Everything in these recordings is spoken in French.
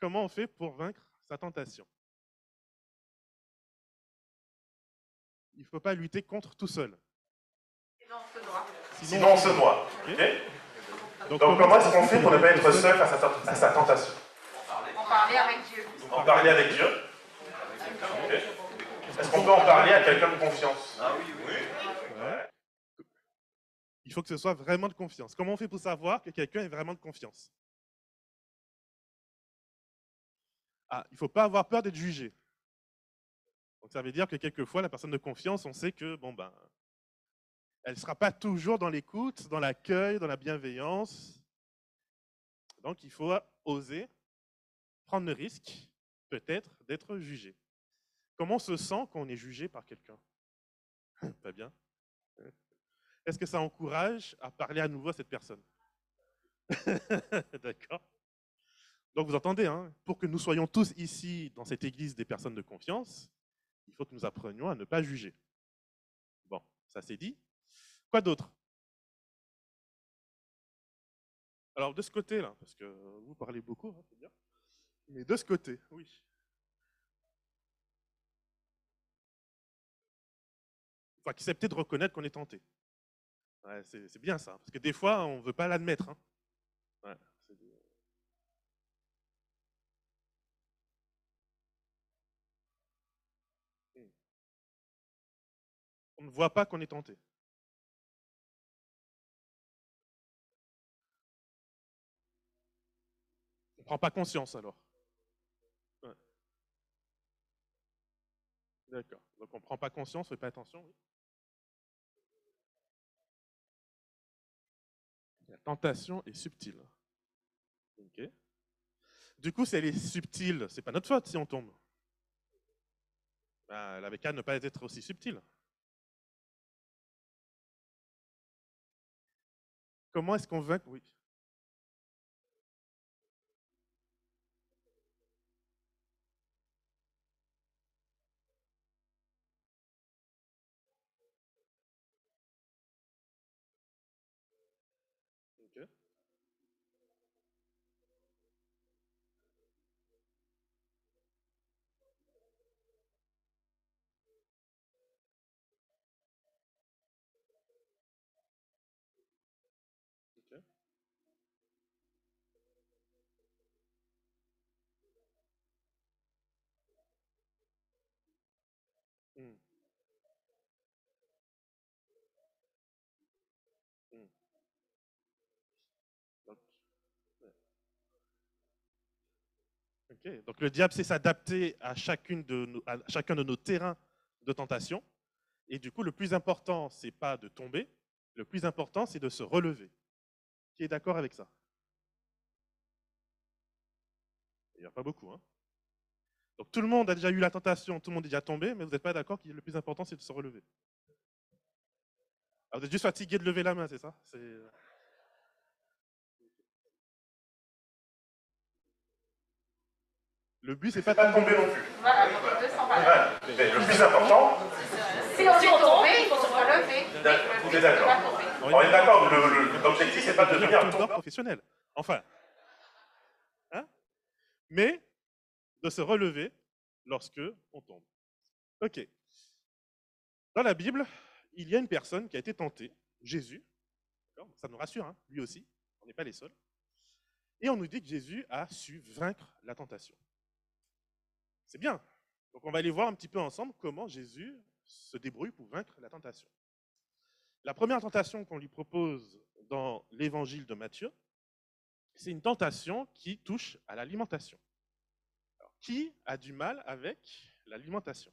comment on fait pour vaincre sa tentation? Il ne faut pas lutter contre tout seul. Sinon, on se noie. Sinon, on se noie. Okay. Donc comment est-ce qu'on fait pour ne pas être seul face à sa tentation? En parler avec Dieu. En parler avec Dieu. Okay. Est-ce qu'on peut en parler à quelqu'un de confiance? Ah oui, oui. Ouais. Il faut que ce soit vraiment de confiance. Comment on fait pour savoir que quelqu'un est vraiment de confiance? Ah, il ne faut pas avoir peur d'être jugé. Donc ça veut dire que quelquefois, la personne de confiance, on sait que bon ben, elle ne sera pas toujours dans l'écoute, dans l'accueil, dans la bienveillance. Donc il faut oser prendre le risque, peut-être, d'être jugé. Comment on se sent quand on est jugé par quelqu'un? Pas bien. Est-ce que ça encourage à parler à nouveau à cette personne? D'accord. Donc vous entendez, hein, pour que nous soyons tous ici dans cette église des personnes de confiance, il faut que nous apprenions à ne pas juger. Bon, ça c'est dit. Quoi d'autre? Alors de ce côté-là, parce que vous parlez beaucoup, hein, c'est bien. Mais de ce côté, oui. Il faut accepter de reconnaître qu'on est tenté. Ouais, c'est bien ça, parce que des fois, on ne veut pas l'admettre. Hein. Ouais, on ne voit pas qu'on est tenté. On ne prend pas conscience alors. Ouais. D'accord. Donc on ne prend pas conscience, on ne fait pas attention. Oui. La tentation est subtile. Okay. Du coup, si elle est subtile, c'est pas notre faute si on tombe. Ben, elle avait qu'à ne pas être aussi subtile. Comment est-ce qu'on vainc? Oui. Okay. Okay. Hmm. Hmm. Donc, ouais. Okay. Donc le diable sait s'adapter à chacun de nos terrains de tentation. Et du coup, le plus important, c'est pas de tomber. Le plus important, c'est de se relever. Qui est d'accord avec ça? Il n'y a pas beaucoup. Hein. Donc tout le monde a déjà eu la tentation, tout le monde est déjà tombé, mais vous n'êtes pas d'accord que le plus important, c'est de se relever. Alors, vous êtes juste fatigué de lever la main, c'est ça? Le but, c'est pas de tomber non plus. Voilà, donc les deux sont pas. Mais le plus important, si on est tombé, il faut se relever. On est d'accord. On est d'accord, l'objectif, c'est pas de devenir un tombeur professionnel. Enfin. Hein? Mais de se relever lorsque on tombe. Ok. Dans la Bible, il y a une personne qui a été tentée, Jésus. Ça nous rassure, hein, lui aussi, on n'est pas les seuls. Et on nous dit que Jésus a su vaincre la tentation. C'est bien. Donc on va aller voir un petit peu ensemble comment Jésus se débrouille pour vaincre la tentation. La première tentation qu'on lui propose dans l'évangile de Matthieu, c'est une tentation qui touche à l'alimentation. Qui a du mal avec l'alimentation?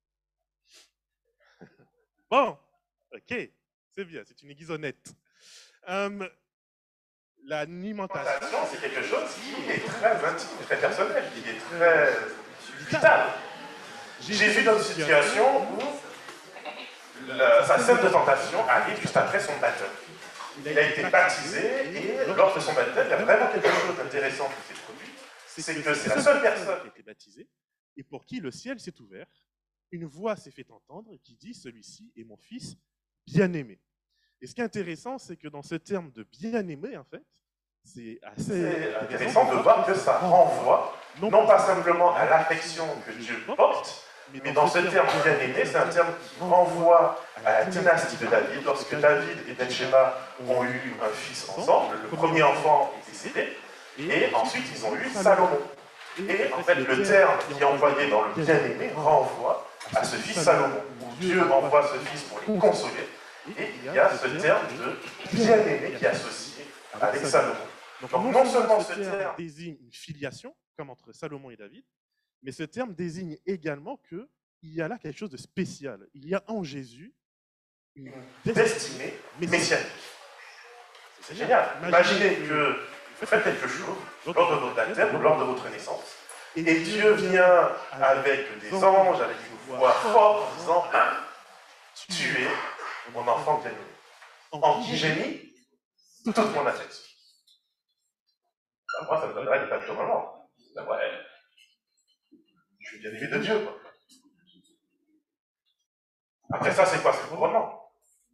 Bon, ok, c'est bien, c'est une aiguise honnête. L'alimentation, c'est quelque chose qui est très intime, très personnel, qui est très vital. Jésus dans une situation où sa scène de tentation arrive juste après son baptême. Il a été baptisé et lors de son baptême, il y a vraiment quelque chose d'intéressant qui s'est produit. C'est que c'est la seule personne qui a été baptisée et pour qui le ciel s'est ouvert. Une voix s'est fait entendre qui dit « Celui-ci est mon fils bien-aimé ». Et ce qui est intéressant, c'est que dans ce terme de bien-aimé, en fait, C'est C'est assez intéressant de voir que ça renvoie non pas simplement à l'affection que Dieu porte, mais dans ce terme bien-aimé, c'est un terme qui renvoie à la dynastie de David. Lorsque David et Bathsheba ont eu un fils ensemble, le premier enfant est décédé, et ensuite ils ont eu Salomon. Et en fait, le terme qui est employé dans le bien-aimé renvoie à ce fils Salomon, où Dieu envoie ce fils pour les consoler, et il y a ce terme de bien-aimé qui est associé avec Salomon. Donc non seulement ce ce terme terme désigne une filiation, comme entre Salomon et David, mais ce terme désigne également qu'il y a là quelque chose de spécial. Il y a en Jésus une destinée messianique. C'est génial. Imaginez que vous faites quelque chose lors de votre baptême ou lors de votre naissance, et Dieu vient avec des anges, avec une voix forte, disant « Tu es mon enfant bien-aimé, en qui j'ai mis toute mon affection. » Moi, ça me donnerait des papillons dans le ventre. Ouais, je suis bien-aimé de Dieu, quoi. Après ça, c'est quoi? C'est le couronnement.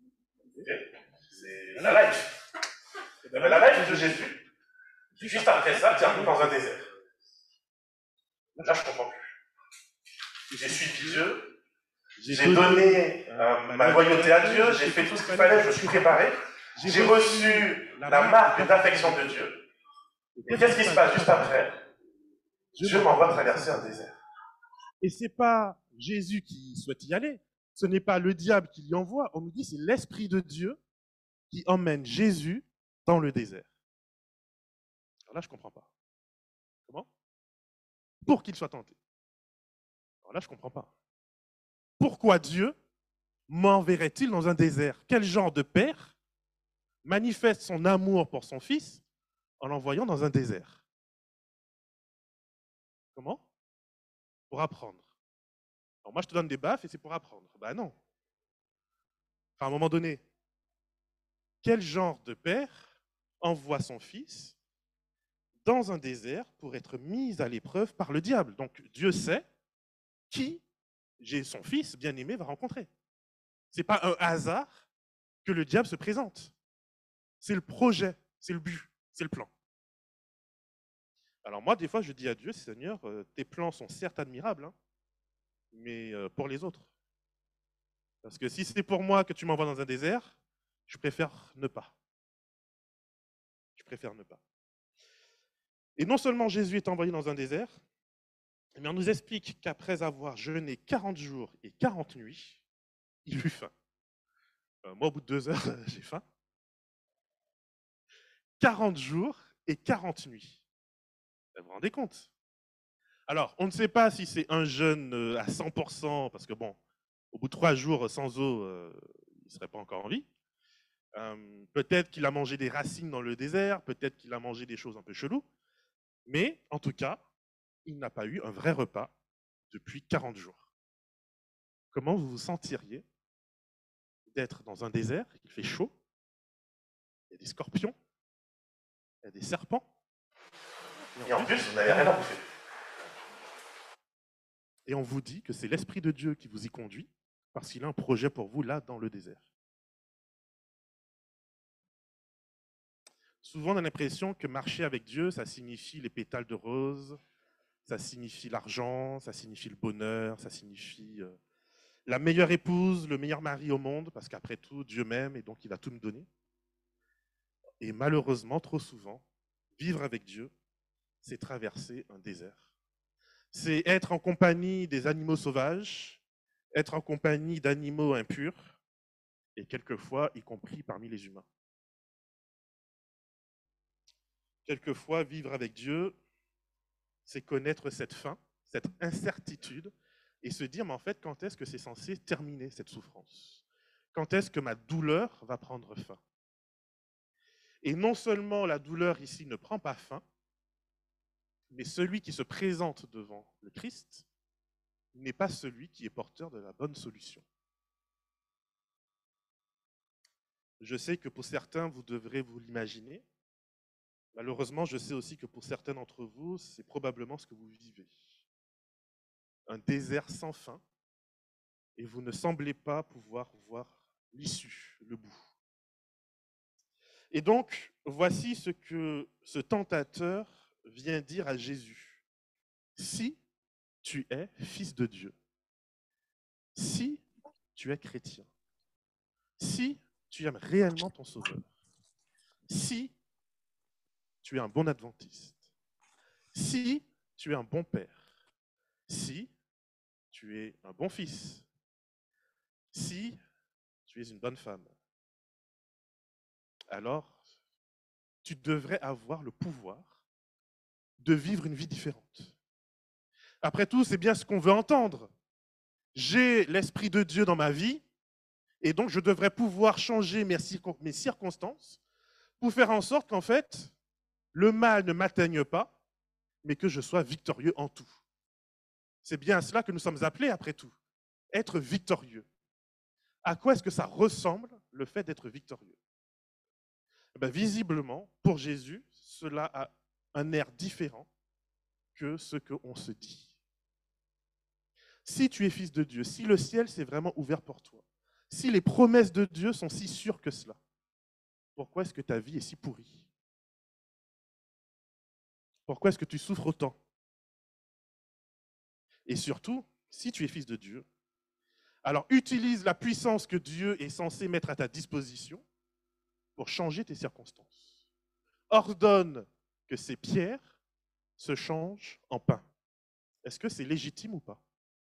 C'est la life. La life de Jésus, juste après ça, termine dans un désert. Là, je comprends plus. J'ai suivi Dieu, j'ai donné ma loyauté à Dieu, j'ai fait tout ce qu'il fallait, je me suis préparé, j'ai reçu la marque d'affection de Dieu. Et qu'est-ce qui se passe juste après? Dieu m'envoie traverser un désert. Et ce n'est pas Jésus qui souhaite y aller, ce n'est pas le diable qui l'y envoie, on nous dit c'est l'Esprit de Dieu qui emmène Jésus dans le désert. Alors là, je ne comprends pas. Comment? Pour qu'il soit tenté. Alors là, je ne comprends pas. Pourquoi Dieu m'enverrait-il dans un désert? Quel genre de père manifeste son amour pour son fils en l'envoyant dans un désert? Comment? Pour apprendre. Alors moi, je te donne des baffes et c'est pour apprendre. Ben non. Enfin, à un moment donné, quel genre de père envoie son fils dans un désert pour être mis à l'épreuve par le diable? Donc Dieu sait qui son fils bien-aimé va rencontrer. Ce n'est pas un hasard que le diable se présente. C'est le projet, c'est le but, c'est le plan. Alors moi, des fois, je dis à Dieu, Seigneur, tes plans sont certes admirables, hein, mais pour les autres. Parce que si c'est pour moi que tu m'envoies dans un désert, je préfère ne pas. Je préfère ne pas. Et non seulement Jésus est envoyé dans un désert, mais on nous explique qu'après avoir jeûné 40 jours et 40 nuits, il eut faim. Moi, au bout de 2 heures, j'ai faim. 40 jours et 40 nuits. Vous vous rendez compte? Alors, on ne sait pas si c'est un jeûne à 100%, parce que bon, au bout de 3 jours sans eau, il ne serait pas encore en vie. Peut-être qu'il a mangé des racines dans le désert, peut-être qu'il a mangé des choses un peu cheloues, mais en tout cas, il n'a pas eu un vrai repas depuis 40 jours. Comment vous vous sentiriez d'être dans un désert, il fait chaud, il y a des scorpions, il y a des serpents, et en plus, vous n'avez rien à bouffer. Et on vous dit que c'est l'Esprit de Dieu qui vous y conduit, parce qu'il a un projet pour vous là, dans le désert. Souvent, on a l'impression que marcher avec Dieu, ça signifie les pétales de rose, ça signifie l'argent, ça signifie le bonheur, ça signifie la meilleure épouse, le meilleur mari au monde, parce qu'après tout, Dieu m'aime et donc il va tout me donner. Et malheureusement, trop souvent, vivre avec Dieu, c'est traverser un désert. C'est être en compagnie des animaux sauvages, être en compagnie d'animaux impurs, et quelquefois, y compris parmi les humains. Quelquefois, vivre avec Dieu, c'est connaître cette faim, cette incertitude, et se dire, mais en fait, quand est-ce que c'est censé terminer cette souffrance? Quand est-ce que ma douleur va prendre fin? Et non seulement la douleur ici ne prend pas fin, mais celui qui se présente devant le Christ n'est pas celui qui est porteur de la bonne solution. Je sais que pour certains, vous devrez vous l'imaginer. Malheureusement, je sais aussi que pour certains d'entre vous, c'est probablement ce que vous vivez. Un désert sans fin, et vous ne semblez pas pouvoir voir l'issue, le bout. Et donc, voici ce que ce tentateur vient dire à Jésus. Si tu es fils de Dieu, si tu es chrétien, si tu aimes réellement ton Sauveur, si tu es un bon adventiste, si tu es un bon père, si tu es un bon fils, si tu es une bonne femme, alors tu devrais avoir le pouvoir de vivre une vie différente. Après tout, c'est bien ce qu'on veut entendre. J'ai l'Esprit de Dieu dans ma vie, et donc je devrais pouvoir changer mes circonstances pour faire en sorte qu'en fait, le mal ne m'atteigne pas, mais que je sois victorieux en tout. C'est bien à cela que nous sommes appelés, après tout, être victorieux. À quoi est-ce que ça ressemble, le fait d'être victorieux? Visiblement, pour Jésus, cela a un air différent que ce qu'on se dit. Si tu es fils de Dieu, si le ciel s'est vraiment ouvert pour toi, si les promesses de Dieu sont si sûres que cela, pourquoi est-ce que ta vie est si pourrie? Pourquoi est-ce que tu souffres autant? Et surtout, si tu es fils de Dieu, alors utilise la puissance que Dieu est censé mettre à ta disposition pour changer tes circonstances. Ordonne que ces pierres se changent en pain. Est-ce que c'est légitime ou pas?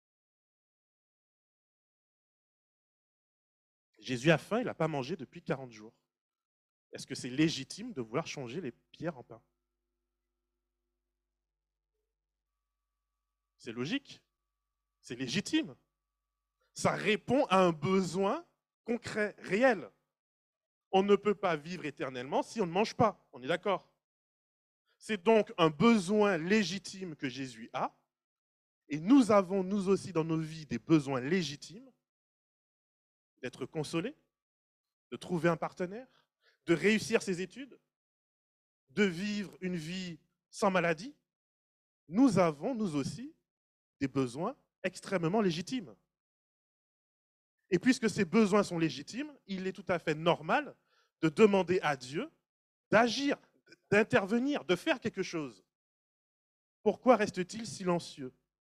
Jésus a faim, il n'a pas mangé depuis 40 jours. Est-ce que c'est légitime de vouloir changer les pierres en pain? C'est logique, c'est légitime. Ça répond à un besoin concret, réel. On ne peut pas vivre éternellement si on ne mange pas, on est d'accord? C'est donc un besoin légitime que Jésus a, et nous avons, nous aussi, dans nos vies, des besoins légitimes d'être consolés, de trouver un partenaire, de réussir ses études, de vivre une vie sans maladie. Nous avons, nous aussi, des besoins extrêmement légitimes. Et puisque ces besoins sont légitimes, il est tout à fait normal de demander à Dieu d'agir, d'intervenir, de faire quelque chose. Pourquoi reste-t-il silencieux?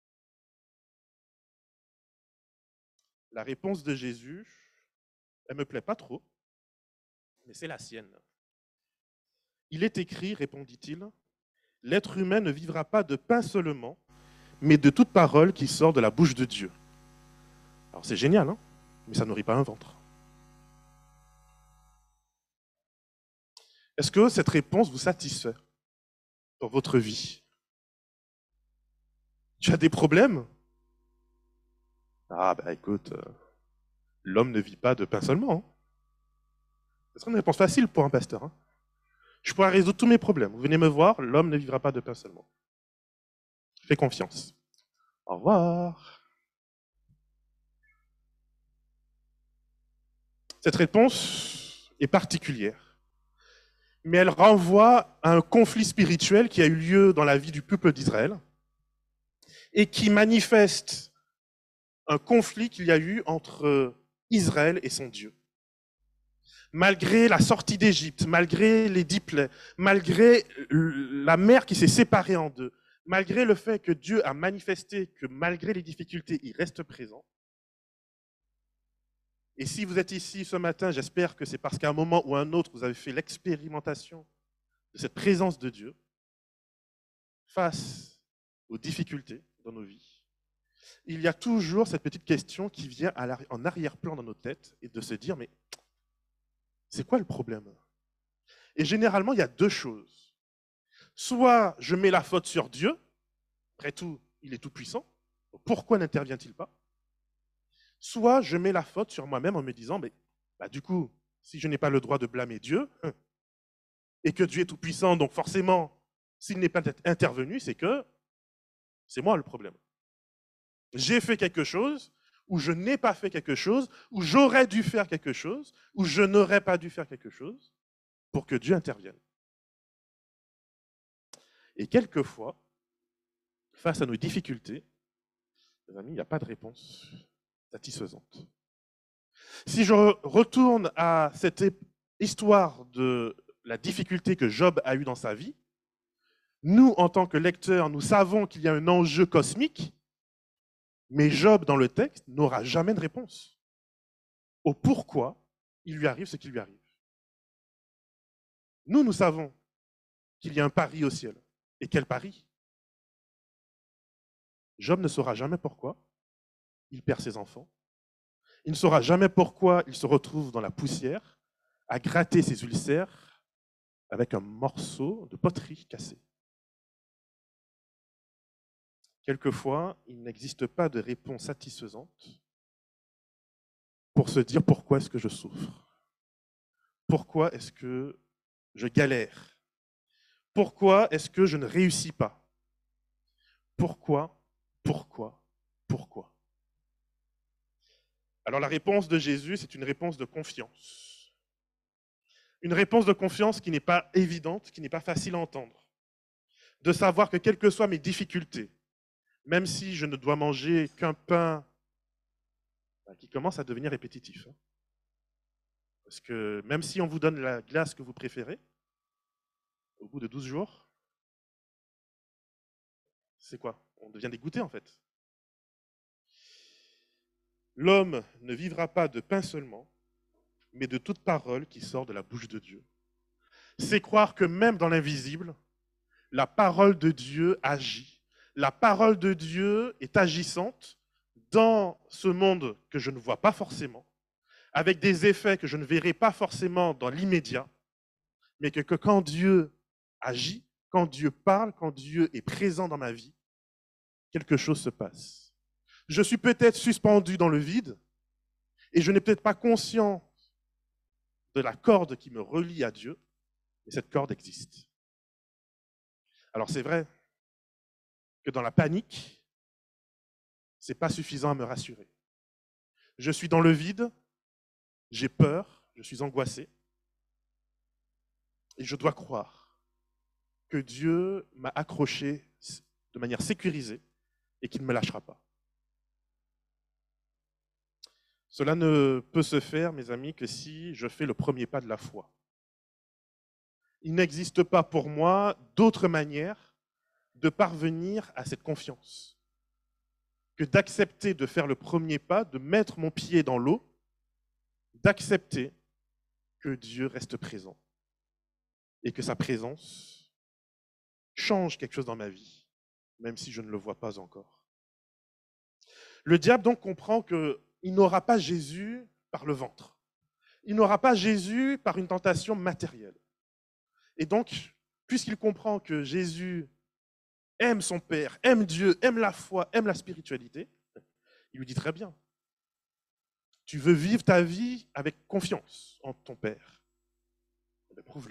La réponse de Jésus, elle ne me plaît pas trop, mais c'est la sienne. Il est écrit, répondit-il, « L'être humain ne vivra pas de pain seulement, mais de toute parole qui sort de la bouche de Dieu. » Alors c'est génial, hein, mais ça ne nourrit pas un ventre. Est-ce que cette réponse vous satisfait dans votre vie? Tu as des problèmes? Ah écoute, l'homme ne vit pas de pain seulement. Hein. Ce serait une réponse facile pour un pasteur. Hein. Je pourrais résoudre tous mes problèmes. Vous venez me voir, l'homme ne vivra pas de pain seulement. Fais confiance. Au revoir. Cette réponse est particulière, mais elle renvoie à un conflit spirituel qui a eu lieu dans la vie du peuple d'Israël et qui manifeste un conflit qu'il y a eu entre Israël et son Dieu. Malgré la sortie d'Égypte, malgré les 10 plaies, malgré la mer qui s'est séparée en deux, malgré le fait que Dieu a manifesté que malgré les difficultés, il reste présent. Et si vous êtes ici ce matin, j'espère que c'est parce qu'à un moment ou à un autre, vous avez fait l'expérimentation de cette présence de Dieu face aux difficultés dans nos vies. Il y a toujours cette petite question qui vient en arrière-plan dans nos têtes et de se dire, mais c'est quoi le problème? Et généralement, il y a deux choses. Soit je mets la faute sur Dieu, après tout, il est tout puissant, pourquoi n'intervient-il pas? Soit je mets la faute sur moi-même en me disant, mais du coup, si je n'ai pas le droit de blâmer Dieu, et que Dieu est tout puissant, donc forcément, s'il n'est pas intervenu, c'est que c'est moi le problème. J'ai fait quelque chose, ou je n'ai pas fait quelque chose, ou j'aurais dû faire quelque chose, ou je n'aurais pas dû faire quelque chose pour que Dieu intervienne. Et quelquefois, face à nos difficultés, les amis, il n'y a pas de réponse satisfaisante. Si je retourne à cette histoire de la difficulté que Job a eue dans sa vie, nous, en tant que lecteurs, nous savons qu'il y a un enjeu cosmique, mais Job, dans le texte, n'aura jamais de réponse au pourquoi il lui arrive ce qui lui arrive. Nous, nous savons qu'il y a un pari au ciel. Et quel pari? Job ne saura jamais pourquoi il perd ses enfants. Il ne saura jamais pourquoi il se retrouve dans la poussière, à gratter ses ulcères avec un morceau de poterie cassé. Quelquefois, il n'existe pas de réponse satisfaisante pour se dire pourquoi est-ce que je souffre? Pourquoi est-ce que je galère? Pourquoi est-ce que je ne réussis pas? Pourquoi? Alors la réponse de Jésus, c'est une réponse de confiance. Une réponse de confiance qui n'est pas évidente, qui n'est pas facile à entendre. De savoir que quelles que soient mes difficultés, même si je ne dois manger qu'un pain qui commence à devenir répétitif. Parce que même si on vous donne la glace que vous préférez, au bout de 12 jours, c'est quoi? On devient dégoûté en fait. L'homme ne vivra pas de pain seulement, mais de toute parole qui sort de la bouche de Dieu. C'est croire que même dans l'invisible, la parole de Dieu agit. La parole de Dieu est agissante dans ce monde que je ne vois pas forcément, avec des effets que je ne verrai pas forcément dans l'immédiat, mais que quand Dieu agit, quand Dieu parle, quand Dieu est présent dans ma vie, quelque chose se passe. Je suis peut-être suspendu dans le vide et je n'ai peut-être pas conscience de la corde qui me relie à Dieu, mais cette corde existe. Alors c'est vrai que dans la panique, ce n'est pas suffisant à me rassurer. Je suis dans le vide, j'ai peur, je suis angoissé, et je dois croire que Dieu m'a accroché de manière sécurisée et qu'il ne me lâchera pas. Cela ne peut se faire, mes amis, que si je fais le premier pas de la foi. Il n'existe pas pour moi d'autre manière de parvenir à cette confiance que d'accepter de faire le premier pas, de mettre mon pied dans l'eau, d'accepter que Dieu reste présent et que sa présence change quelque chose dans ma vie, même si je ne le vois pas encore. Le diable donc comprend qu'il n'aura pas Jésus par le ventre. Il n'aura pas Jésus par une tentation matérielle. Et donc, puisqu'il comprend que Jésus aime son Père, aime Dieu, aime la foi, aime la spiritualité, il lui dit très bien, tu veux vivre ta vie avec confiance en ton Père. Ben, prouve-le.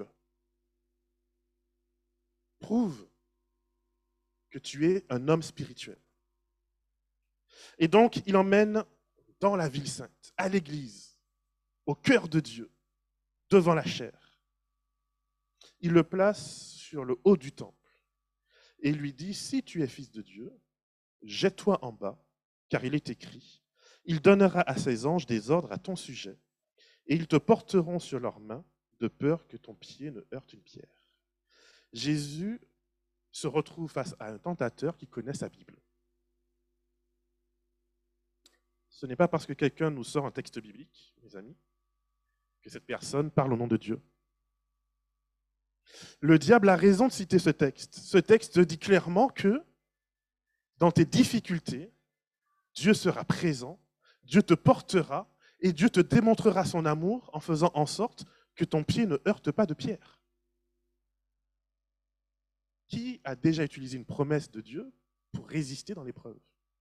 Prouve que tu es un homme spirituel. Et donc, il emmène dans la ville sainte, à l'église, au cœur de Dieu, devant la chair. Il le place sur le haut du temple et lui dit, si tu es fils de Dieu, jette-toi en bas, car il est écrit, il donnera à ses anges des ordres à ton sujet, et ils te porteront sur leurs mains, de peur que ton pied ne heurte une pierre. Jésus se retrouve face à un tentateur qui connaît sa Bible. Ce n'est pas parce que quelqu'un nous sort un texte biblique, mes amis, que cette personne parle au nom de Dieu. Le diable a raison de citer ce texte. Ce texte dit clairement que dans tes difficultés, Dieu sera présent, Dieu te portera et Dieu te démontrera son amour en faisant en sorte que ton pied ne heurte pas de pierre. Qui a déjà utilisé une promesse de Dieu pour résister dans l'épreuve?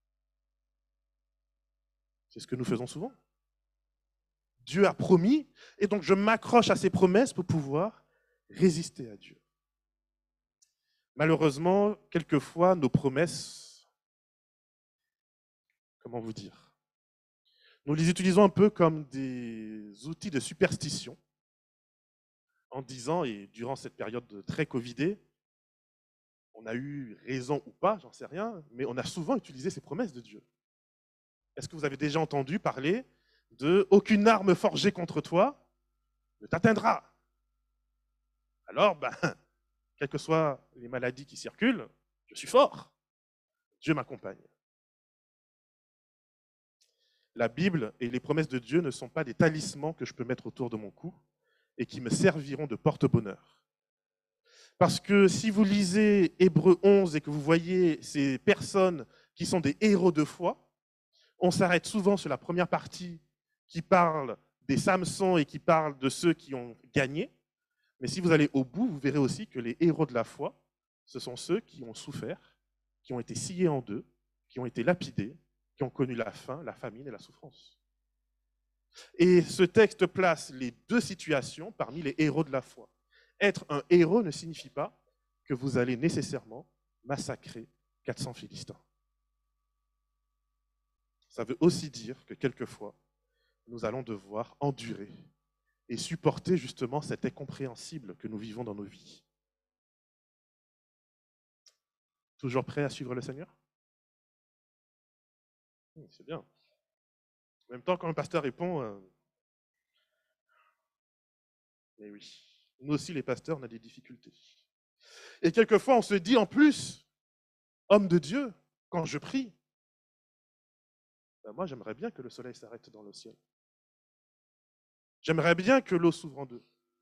C'est ce que nous faisons souvent. Dieu a promis, et donc je m'accroche à ses promesses pour pouvoir résister à Dieu. Malheureusement, quelquefois, nos promesses, comment vous dire, nous les utilisons un peu comme des outils de superstition, en disant, et durant cette période très covidée, on a eu raison ou pas, j'en sais rien, mais on a souvent utilisé ces promesses de Dieu. Est-ce que vous avez déjà entendu parler de « aucune arme forgée contre toi ne t'atteindra. Alors, ben, quelles que soient les maladies qui circulent, je suis fort. Dieu m'accompagne. La Bible et les promesses de Dieu ne sont pas des talismans que je peux mettre autour de mon cou et qui me serviront de porte-bonheur. Parce que si vous lisez Hébreux 11 et que vous voyez ces personnes qui sont des héros de foi, on s'arrête souvent sur la première partie qui parle des Samson et qui parle de ceux qui ont gagné. Mais si vous allez au bout, vous verrez aussi que les héros de la foi, ce sont ceux qui ont souffert, qui ont été sciés en deux, qui ont été lapidés, qui ont connu la faim, la famine et la souffrance. Et ce texte place les deux situations parmi les héros de la foi. Être un héros ne signifie pas que vous allez nécessairement massacrer 400 Philistins. Ça veut aussi dire que quelquefois, nous allons devoir endurer et supporter justement cet incompréhensible que nous vivons dans nos vies. Toujours prêt à suivre le Seigneur? C'est bien. En même temps, quand le pasteur répond, mais oui, nous aussi les pasteurs, on a des difficultés. Et quelquefois, on se dit en plus, homme de Dieu, quand je prie, ben moi j'aimerais bien que le soleil s'arrête dans le ciel. J'aimerais bien que l'eau s'ouvre en deux.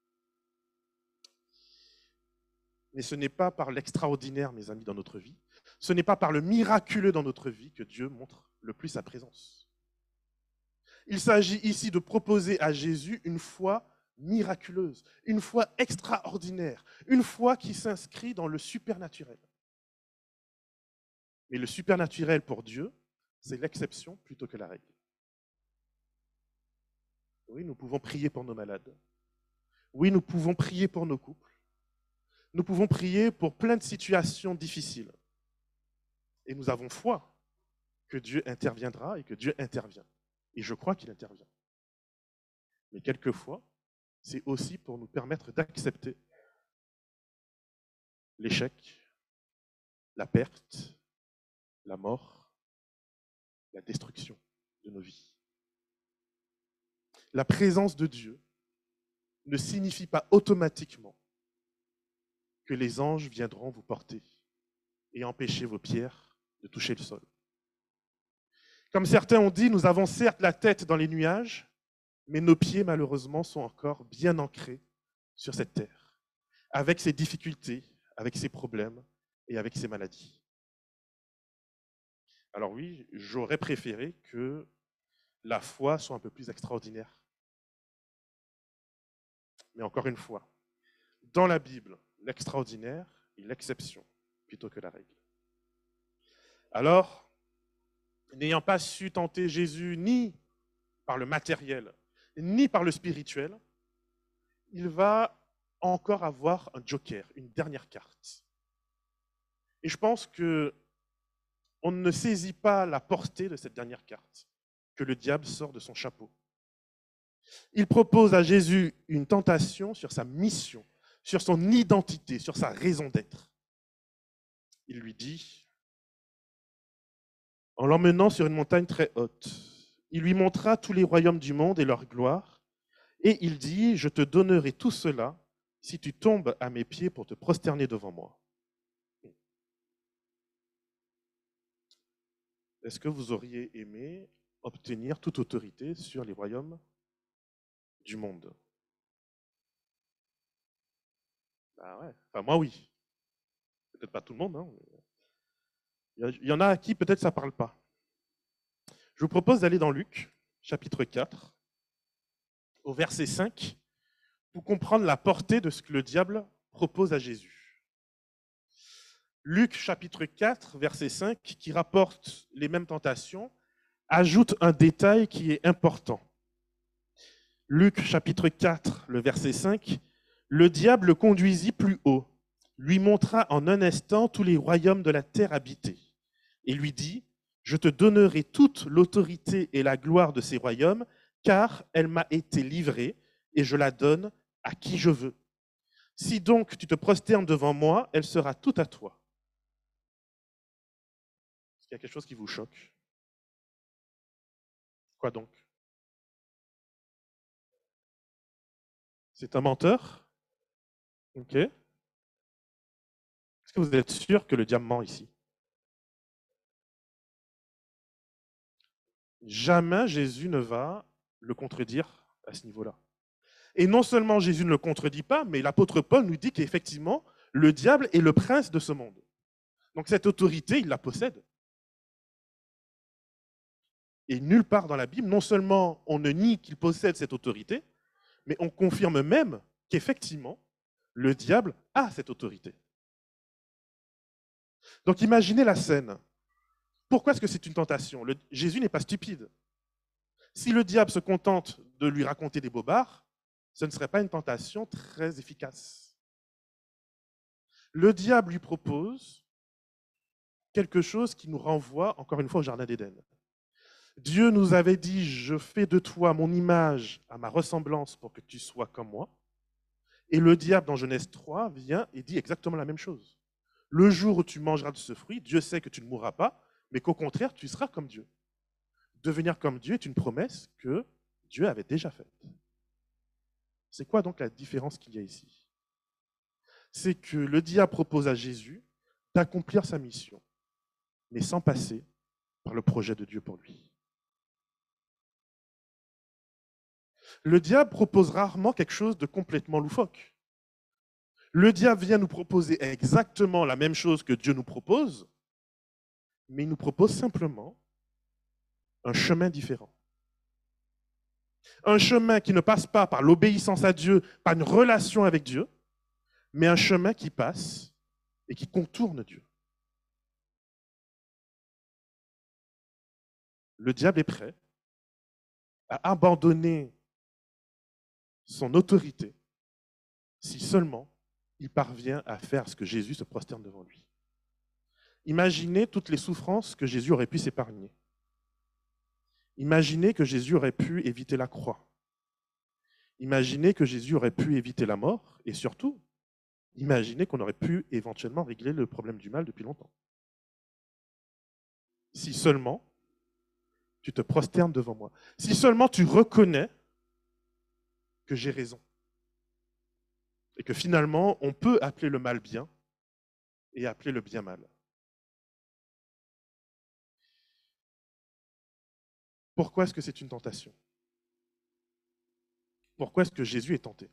Mais ce n'est pas par l'extraordinaire, mes amis, dans notre vie. Ce n'est pas par le miraculeux dans notre vie que Dieu montre le plus sa présence. Il s'agit ici de proposer à Jésus une foi miraculeuse, une foi extraordinaire, une foi qui s'inscrit dans le supernaturel. Mais le supernaturel pour Dieu, c'est l'exception plutôt que la règle. Oui, nous pouvons prier pour nos malades. Oui, nous pouvons prier pour nos couples. Nous pouvons prier pour plein de situations difficiles. Et nous avons foi que Dieu interviendra et que Dieu intervient. Et je crois qu'il intervient. Mais quelquefois, c'est aussi pour nous permettre d'accepter l'échec, la perte, la mort, la destruction de nos vies. La présence de Dieu ne signifie pas automatiquement que les anges viendront vous porter et empêcher vos pierres de toucher le sol. Comme certains ont dit, nous avons certes la tête dans les nuages, mais nos pieds, malheureusement, sont encore bien ancrés sur cette terre, avec ses difficultés, avec ses problèmes et avec ses maladies. Alors oui, j'aurais préféré que la foi soit un peu plus extraordinaire. Mais encore une fois, dans la Bible, l'extraordinaire est l'exception plutôt que la règle. Alors, n'ayant pas su tenter Jésus ni par le matériel, ni par le spirituel, il va encore avoir un joker, une dernière carte. Et je pense qu'on ne saisit pas la portée de cette dernière carte que le diable sort de son chapeau. Il propose à Jésus une tentation sur sa mission, sur son identité, sur sa raison d'être. Il lui dit, en l'emmenant sur une montagne très haute, il lui montra tous les royaumes du monde et leur gloire, et il dit, je te donnerai tout cela si tu tombes à mes pieds pour te prosterner devant moi. Est-ce que vous auriez aimé obtenir toute autorité sur les royaumes du monde? Ah ouais. Enfin, moi, oui. Peut-être pas tout le monde. Hein. Il y en a à qui peut-être ça ne parle pas. Je vous propose d'aller dans Luc, chapitre 4, au verset 5, pour comprendre la portée de ce que le diable propose à Jésus. Luc, chapitre 4, verset 5, qui rapporte les mêmes tentations, ajoute un détail qui est important. Luc, chapitre 4, le verset 5, le diable le conduisit plus haut, lui montra en un instant tous les royaumes de la terre habités, et lui dit, je te donnerai toute l'autorité et la gloire de ces royaumes, car elle m'a été livrée, et je la donne à qui je veux. Si donc tu te prosternes devant moi, elle sera toute à toi. Est-ce qu'il y a quelque chose qui vous choque? Quoi donc? C'est un menteur. Ok. Est-ce que vous êtes sûr que le diable ment ici? Jamais Jésus ne va le contredire à ce niveau-là. Et non seulement Jésus ne le contredit pas, mais l'apôtre Paul nous dit qu'effectivement, le diable est le prince de ce monde. Donc cette autorité, il la possède. Et nulle part dans la Bible, non seulement on ne nie qu'il possède cette autorité, mais on confirme même qu'effectivement, le diable a cette autorité. Donc imaginez la scène. Pourquoi est-ce que c'est une tentation? Jésus n'est pas stupide. Si le diable se contente de lui raconter des bobards, ce ne serait pas une tentation très efficace. Le diable lui propose quelque chose qui nous renvoie, encore une fois, au Jardin d'Éden. Dieu nous avait dit, je fais de toi mon image à ma ressemblance pour que tu sois comme moi. Et le diable, dans Genèse 3, vient et dit exactement la même chose. Le jour où tu mangeras de ce fruit, Dieu sait que tu ne mourras pas, mais qu'au contraire, tu seras comme Dieu. Devenir comme Dieu est une promesse que Dieu avait déjà faite. C'est quoi donc la différence qu'il y a ici? C'est que le diable propose à Jésus d'accomplir sa mission, mais sans passer par le projet de Dieu pour lui. Le diable propose rarement quelque chose de complètement loufoque. Le diable vient nous proposer exactement la même chose que Dieu nous propose, mais il nous propose simplement un chemin différent. Un chemin qui ne passe pas par l'obéissance à Dieu, par une relation avec Dieu, mais un chemin qui passe et qui contourne Dieu. Le diable est prêt à abandonner son autorité si seulement il parvient à faire ce que Jésus se prosterne devant lui. Imaginez toutes les souffrances que Jésus aurait pu s'épargner. Imaginez que Jésus aurait pu éviter la croix. Imaginez que Jésus aurait pu éviter la mort et surtout, imaginez qu'on aurait pu éventuellement régler le problème du mal depuis longtemps. Si seulement tu te prosternes devant moi. Si seulement tu reconnais que j'ai raison. Et que finalement, on peut appeler le mal bien et appeler le bien mal. Pourquoi est-ce que c'est une tentation? Pourquoi est-ce que Jésus est tenté?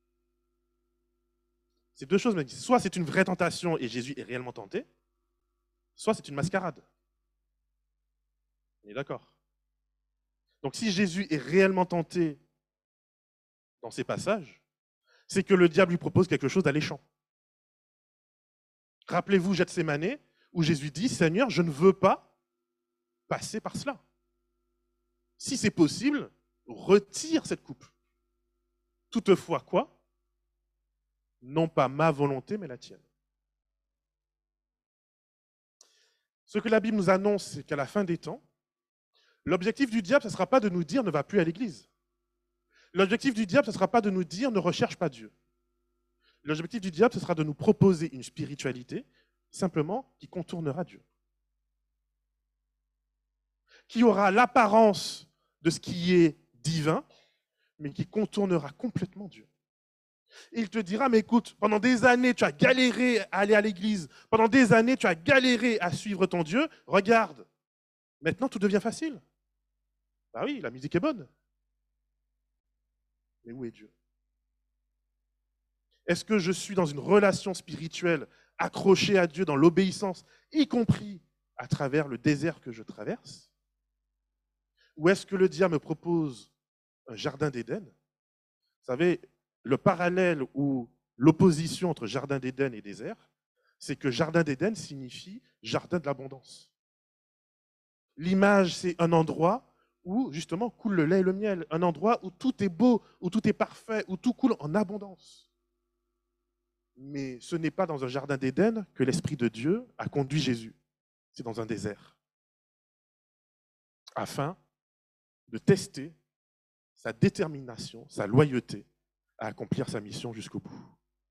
Ces deux choses me disent, soit c'est une vraie tentation et Jésus est réellement tenté, soit c'est une mascarade. On est d'accord? Donc si Jésus est réellement tenté dans ces passages, c'est que le diable lui propose quelque chose d'alléchant. Rappelez-vous Gethsémanée, où Jésus dit, Seigneur, je ne veux pas passer par cela. Si c'est possible, retire cette coupe. Toutefois, quoi? Non pas ma volonté, mais la tienne. Ce que la Bible nous annonce, c'est qu'à la fin des temps, l'objectif du diable, ce ne sera pas de nous dire ne va plus à l'église. L'objectif du diable, ce ne sera pas de nous dire ne recherche pas Dieu. L'objectif du diable, ce sera de nous proposer une spiritualité simplement qui contournera Dieu. Qui aura l'apparence de ce qui est divin, mais qui contournera complètement Dieu. Et il te dira, mais écoute, pendant des années, tu as galéré à aller à l'église, pendant des années, tu as galéré à suivre ton Dieu, regarde, maintenant tout devient facile. Bah oui, la musique est bonne. Mais où est Dieu? Est-ce que je suis dans une relation spirituelle accrochée à Dieu dans l'obéissance, y compris à travers le désert que je traverse? Ou est-ce que le diable me propose un jardin d'Éden? Vous savez, le parallèle ou l'opposition entre jardin d'Éden et désert, c'est que jardin d'Éden signifie jardin de l'abondance. L'image, c'est un endroit où justement coule le lait et le miel, un endroit où tout est beau, où tout est parfait, où tout coule en abondance. Mais ce n'est pas dans un jardin d'Éden que l'Esprit de Dieu a conduit Jésus. C'est dans un désert. Afin de tester sa détermination, sa loyauté à accomplir sa mission jusqu'au bout.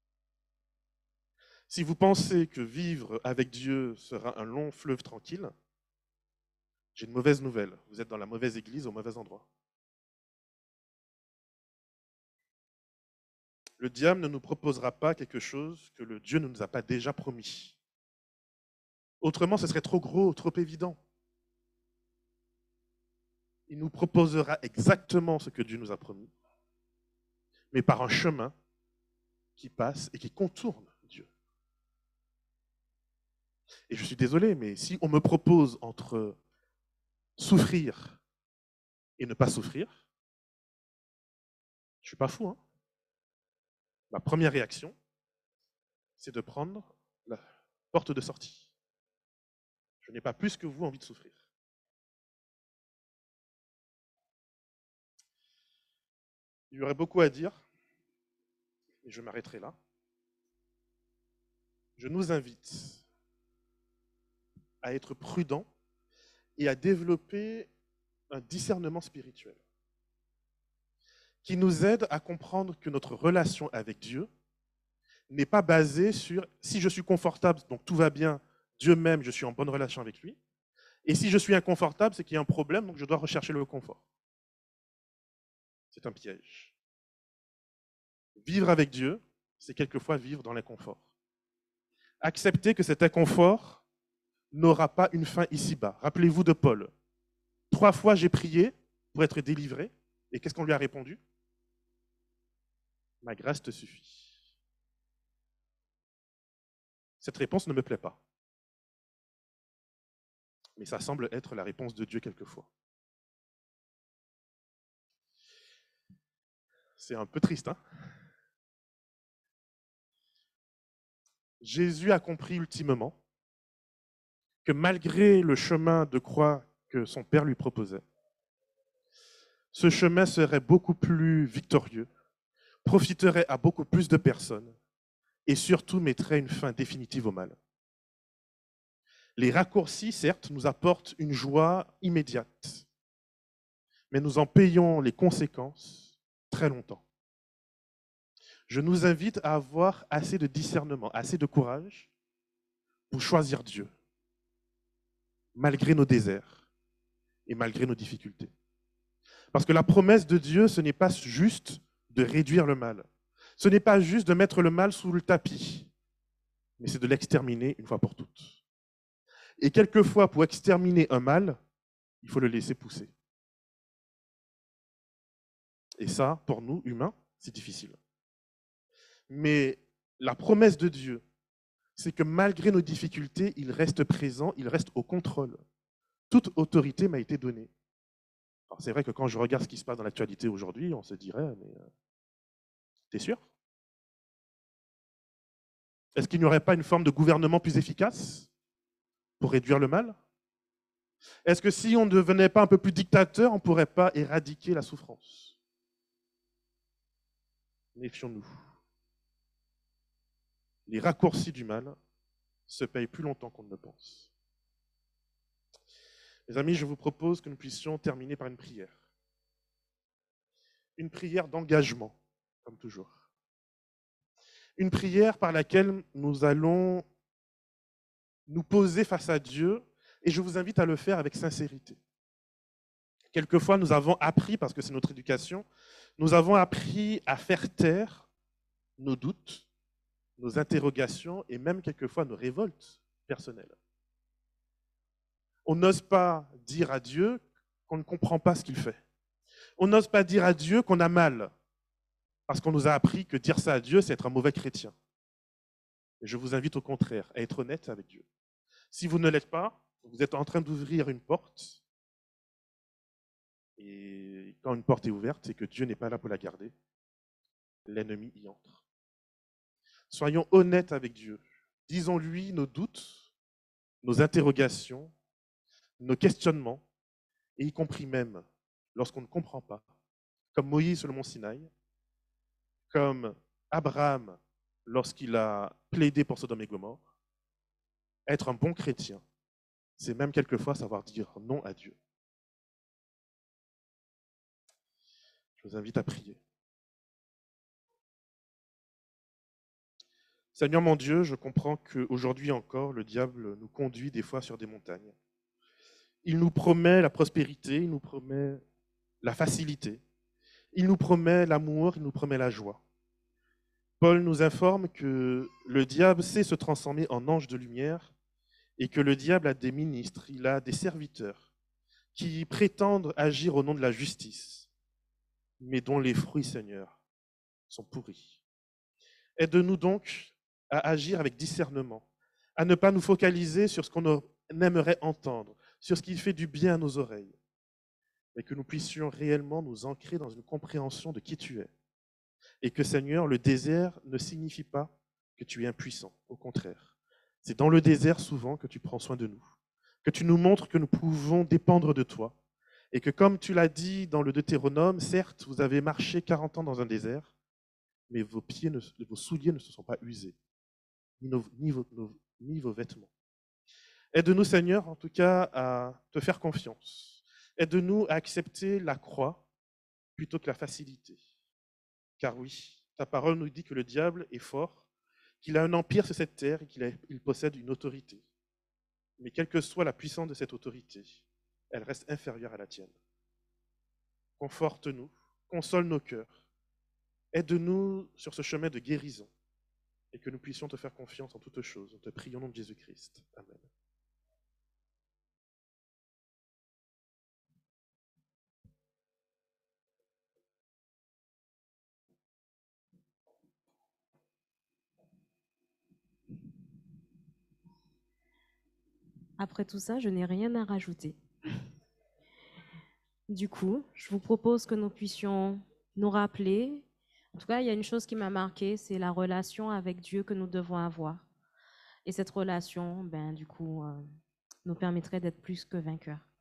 Si vous pensez que vivre avec Dieu sera un long fleuve tranquille, j'ai une mauvaise nouvelle. Vous êtes dans la mauvaise église au mauvais endroit. Le diable ne nous proposera pas quelque chose que le Dieu ne nous a pas déjà promis. Autrement, ce serait trop gros, trop évident. Il nous proposera exactement ce que Dieu nous a promis, mais par un chemin qui passe et qui contourne Dieu. Et je suis désolé, mais si on me propose entre souffrir et ne pas souffrir, je ne suis pas fou, hein. Ma première réaction, c'est de prendre la porte de sortie. Je n'ai pas plus que vous envie de souffrir. Il y aurait beaucoup à dire, et je m'arrêterai là. Je nous invite à être prudents et à développer un discernement spirituel qui nous aide à comprendre que notre relation avec Dieu n'est pas basée sur si je suis confortable, donc tout va bien, Dieu m'aime, je suis en bonne relation avec lui, et si je suis inconfortable, c'est qu'il y a un problème, donc je dois rechercher le confort. C'est un piège. Vivre avec Dieu, c'est quelquefois vivre dans l'inconfort. Accepter que cet inconfort n'aura pas une fin ici-bas. Rappelez-vous de Paul. 3 fois j'ai prié pour être délivré, et qu'est-ce qu'on lui a répondu? Ma grâce te suffit. Cette réponse ne me plaît pas. Mais ça semble être la réponse de Dieu quelquefois. C'est un peu triste, hein? Jésus a compris ultimement que malgré le chemin de croix que son Père lui proposait, ce chemin serait beaucoup plus victorieux, profiterait à beaucoup plus de personnes et surtout mettrait une fin définitive au mal. Les raccourcis, certes, nous apportent une joie immédiate, mais nous en payons les conséquences très longtemps. Je nous invite à avoir assez de discernement, assez de courage pour choisir Dieu, malgré nos déserts et malgré nos difficultés. Parce que la promesse de Dieu, ce n'est pas juste de réduire le mal. Ce n'est pas juste de mettre le mal sous le tapis, mais c'est de l'exterminer une fois pour toutes. Et quelquefois, pour exterminer un mal, il faut le laisser pousser. Et ça, pour nous, humains, c'est difficile. Mais la promesse de Dieu, c'est que malgré nos difficultés, il reste présent, il reste au contrôle. Toute autorité m'a été donnée. Alors c'est vrai que quand je regarde ce qui se passe dans l'actualité aujourd'hui, on se dirait, mais t'es sûr? Est-ce qu'il n'y aurait pas une forme de gouvernement plus efficace pour réduire le mal? Est-ce que si on ne devenait pas un peu plus dictateur, on ne pourrait pas éradiquer la souffrance? Méfions-nous. Les raccourcis du mal se payent plus longtemps qu'on ne le pense. Mes amis, je vous propose que nous puissions terminer par une prière. Une prière d'engagement, comme toujours. Une prière par laquelle nous allons nous poser face à Dieu, et je vous invite à le faire avec sincérité. Quelquefois, nous avons appris, parce que c'est notre éducation, nous avons appris à faire taire nos doutes, nos interrogations et même quelquefois nos révoltes personnelles. On n'ose pas dire à Dieu qu'on ne comprend pas ce qu'il fait. On n'ose pas dire à Dieu qu'on a mal, parce qu'on nous a appris que dire ça à Dieu, c'est être un mauvais chrétien. Et je vous invite au contraire à être honnête avec Dieu. Si vous ne l'êtes pas, vous êtes en train d'ouvrir une porte. Et quand une porte est ouverte, c'est que Dieu n'est pas là pour la garder. L'ennemi y entre. Soyons honnêtes avec Dieu. Disons-lui nos doutes, nos interrogations, nos questionnements, et y compris même lorsqu'on ne comprend pas, comme Moïse sur le mont Sinaï, comme Abraham lorsqu'il a plaidé pour Sodome et Gomorrhe. Être un bon chrétien, c'est même quelquefois savoir dire non à Dieu. Je vous invite à prier. Seigneur mon Dieu, je comprends qu'aujourd'hui encore, le diable nous conduit des fois sur des montagnes. Il nous promet la prospérité, il nous promet la facilité, il nous promet l'amour, il nous promet la joie. Paul nous informe que le diable sait se transformer en ange de lumière et que le diable a des ministres, il a des serviteurs qui prétendent agir au nom de la justice, mais dont les fruits, Seigneur, sont pourris. Aide-nous donc à agir avec discernement, à ne pas nous focaliser sur ce qu'on aimerait entendre, sur ce qui fait du bien à nos oreilles, mais que nous puissions réellement nous ancrer dans une compréhension de qui tu es. Et que, Seigneur, le désert ne signifie pas que tu es impuissant, au contraire. C'est dans le désert souvent que tu prends soin de nous, que tu nous montres que nous pouvons dépendre de toi, et que comme tu l'as dit dans le Deutéronome, certes, vous avez marché 40 ans dans un désert, mais vos souliers ne se sont pas usés, ni vos vêtements. Aide-nous, Seigneur, en tout cas, à te faire confiance. Aide-nous à accepter la croix plutôt que la facilité. Car oui, ta parole nous dit que le diable est fort, qu'il a un empire sur cette terre et qu'il possède une autorité. Mais quelle que soit la puissance de cette autorité, elle reste inférieure à la tienne. Conforte-nous, console nos cœurs, aide-nous sur ce chemin de guérison et que nous puissions te faire confiance en toutes choses. Nous te prions au nom de Jésus-Christ. Amen. Après tout ça, je n'ai rien à rajouter. Du coup, je vous propose que nous puissions nous rappeler, en tout cas, il y a une chose qui m'a marquée, c'est la relation avec Dieu que nous devons avoir. Et cette relation, du coup, nous permettrait d'être plus que vainqueurs.